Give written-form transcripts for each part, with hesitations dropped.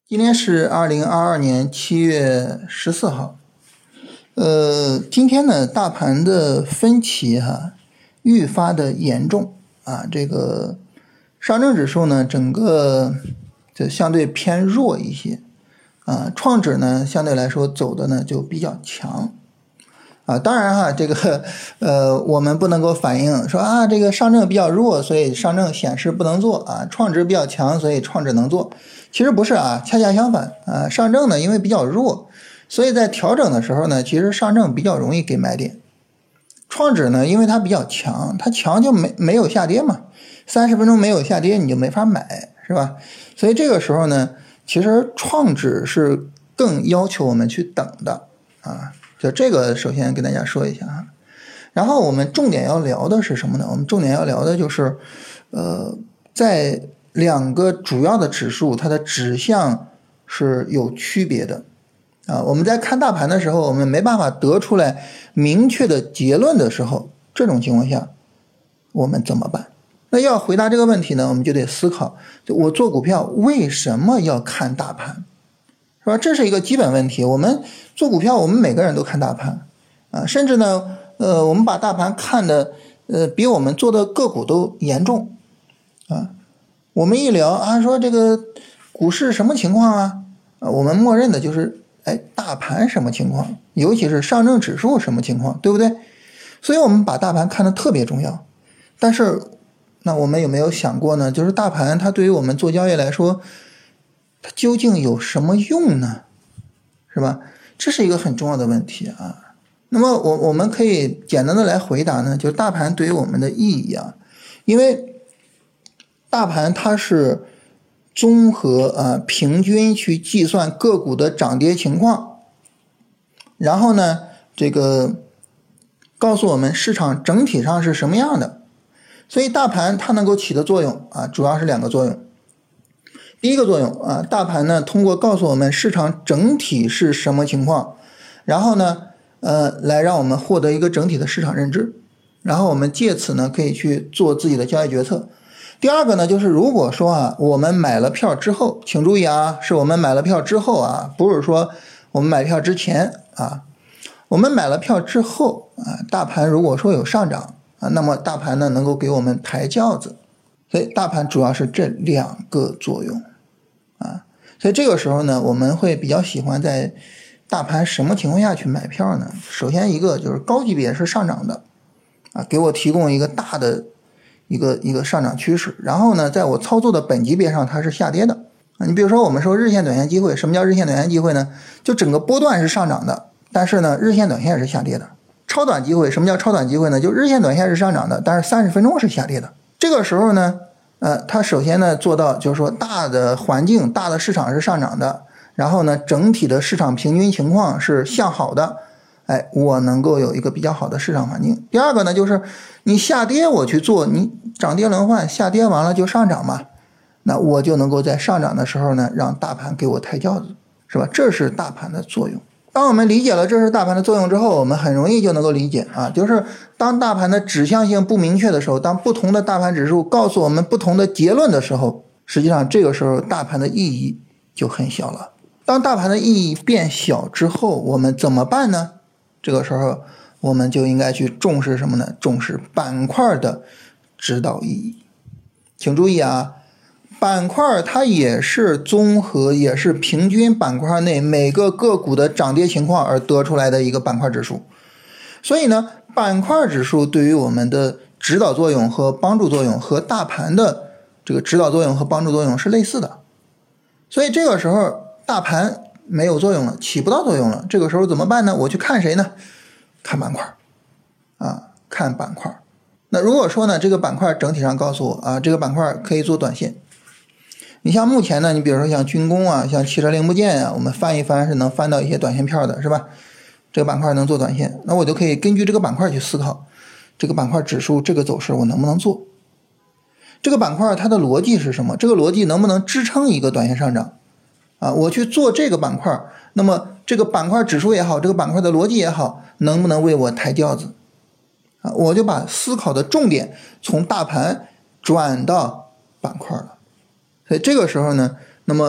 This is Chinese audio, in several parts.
今天是2022年7月14号。今天呢，大盘的分歧愈发的严重啊。这个上证指数呢，整个就相对偏弱一些啊，创指呢相对来说走的呢就比较强啊。当然这个我们不能够反映说这个上证比较弱，所以上证显示不能做啊，创指比较强，所以创指能做。其实不是恰恰相反上证呢因为比较弱，所以在调整的时候呢，其实上证比较容易给买点。创指呢因为它比较强，它强就没有下跌嘛，30分钟没有下跌你就没法买，是吧？所以这个时候呢，其实创指是更要求我们去等的就这个首先跟大家说一下然后我们重点要聊的是什么呢？我们重点要聊的就是在两个主要的指数它的指向是有区别的我们在看大盘的时候，我们没办法得出来明确的结论的时候，这种情况下我们怎么办？那要回答这个问题呢，我们就得思考，就我做股票为什么要看大盘，是吧？这是一个基本问题。我们做股票，我们每个人都看大盘甚至呢我们把大盘看的比我们做的个股都严重我们一聊说这个股市什么情况我们默认的就是大盘什么情况，尤其是上证指数什么情况，对不对？所以我们把大盘看得特别重要。但是那我们有没有想过呢，就是大盘它对于我们做交易来说，它究竟有什么用呢？是吧？这是一个很重要的问题那么我们可以简单的来回答呢，就是大盘对于我们的意义因为大盘它是综合平均去计算个股的涨跌情况，然后呢这个告诉我们市场整体上是什么样的。所以大盘它能够起的作用主要是两个作用。第一个作用大盘呢通过告诉我们市场整体是什么情况，然后呢来让我们获得一个整体的市场认知，然后我们借此呢可以去做自己的交易决策。第二个呢，就是如果说我们买了票之后，请注意是我们买了票之后不是说我们买票之前我们买了票之后大盘如果说有上涨那么大盘呢能够给我们抬轿子。所以大盘主要是这两个作用所以这个时候呢，我们会比较喜欢在大盘什么情况下去买票呢？首先一个就是高级别是上涨的给我提供一个大的一个上涨趋势，然后呢在我操作的本级别上它是下跌的你比如说我们说日线短线机会，什么叫日线短线机会呢？就整个波段是上涨的，但是呢日线短线是下跌的。超短机会，什么叫超短机会呢？就日线短线是上涨的，但是30分钟是下跌的。这个时候呢它首先呢做到就是说大的环境大的市场是上涨的，然后呢整体的市场平均情况是向好的，我能够有一个比较好的市场环境。第二个呢就是你下跌我去做，你涨跌轮换，下跌完了就上涨嘛，那我就能够在上涨的时候呢让大盘给我抬轿子，是吧？这是大盘的作用。当我们理解了这是大盘的作用之后，我们很容易就能够理解就是当大盘的指向性不明确的时候，当不同的大盘指数告诉我们不同的结论的时候，实际上这个时候大盘的意义就很小了。当大盘的意义变小之后，我们怎么办呢？这个时候我们就应该去重视什么呢？重视板块的指导意义。请注意板块它也是综合，也是平均板块内每个个股的涨跌情况而得出来的一个板块指数。所以呢板块指数对于我们的指导作用和帮助作用和大盘的这个指导作用和帮助作用是类似的。所以这个时候大盘没有作用了，起不到作用了，这个时候怎么办呢？我去看谁呢？看板块看板块。那如果说呢这个板块整体上告诉我这个板块可以做短线，你像目前呢，你比如说像军工像汽车零部件我们翻一翻是能翻到一些短线票的，是吧？这个板块能做短线，那我就可以根据这个板块去思考，这个板块指数这个走势我能不能做？这个板块它的逻辑是什么？这个逻辑能不能支撑一个短线上涨我去做这个板块，那么这个板块指数也好，这个板块的逻辑也好，能不能为我抬轿子我就把思考的重点从大盘转到板块了。所以这个时候呢，那么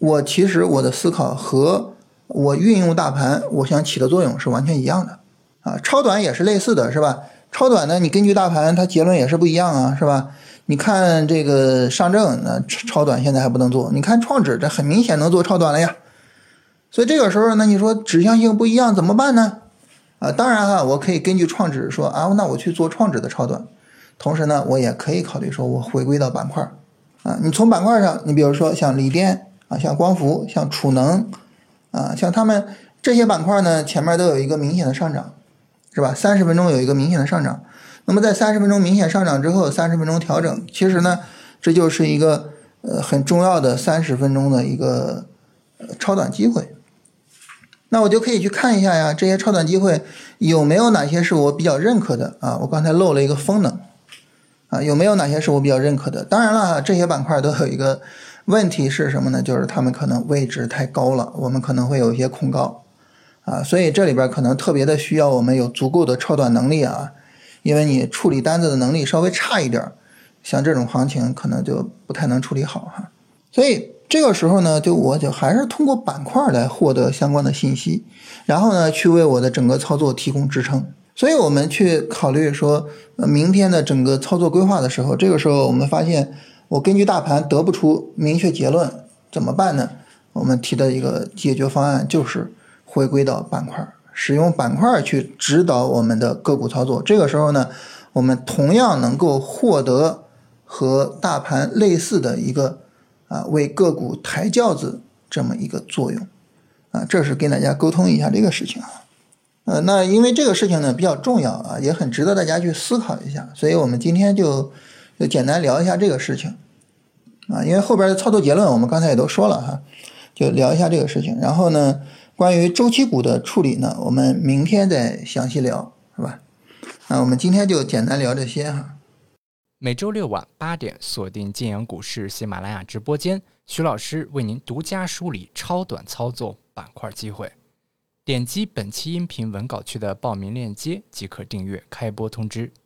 其实我的思考和我运用大盘我想起的作用是完全一样的啊。超短也是类似的，是吧？超短呢，你根据大盘它结论也是不一样啊，是吧？你看这个上证，那超短现在还不能做，你看创指这很明显能做超短了呀。所以这个时候呢，你说指向性不一样怎么办呢？当然哈，我可以根据创指说啊，那我去做创指的超短，同时呢，我也可以考虑说我回归到板块啊。你从板块上，你比如说像锂电啊，像光伏，像储能啊，像他们这些板块呢，前面都有一个明显的上涨，是吧？30分钟有一个明显的上涨。那么在30分钟明显上涨之后，30分钟调整，其实呢，这就是一个很重要的30分钟的一个超短机会。那我就可以去看一下呀，这些超短机会有没有哪些是我比较认可的啊？我刚才漏了一个风能啊，有没有哪些是我比较认可的？当然了，这些板块都有一个问题是什么呢？就是他们可能位置太高了，我们可能会有一些恐高啊，所以这里边可能特别的需要我们有足够的超短能力啊。因为你处理单子的能力稍微差一点，像这种行情可能就不太能处理好哈。所以这个时候呢，我就还是通过板块来获得相关的信息，然后呢，去为我的整个操作提供支撑。所以我们去考虑说，明天的整个操作规划的时候，这个时候我们发现，我根据大盘得不出明确结论，怎么办呢？我们提的一个解决方案就是回归到板块。使用板块去指导我们的个股操作，这个时候呢，我们同样能够获得和大盘类似的一个为个股抬轿子这么一个作用啊，这是跟大家沟通一下这个事情啊。那因为这个事情呢比较重要啊，也很值得大家去思考一下，所以我们今天就简单聊一下这个事情啊，因为后边的操作结论我们刚才也都说了哈，就聊一下这个事情，然后呢。关于周期股的处理呢，我们明天再详细聊，是吧？那我们今天就简单聊这些哈。 每周6晚8点，锁定晋阳股市喜马拉雅直播间，徐老师为您独家梳理超短操作板块机会。点击本期音频文稿区的报名链接即可订阅开播通知。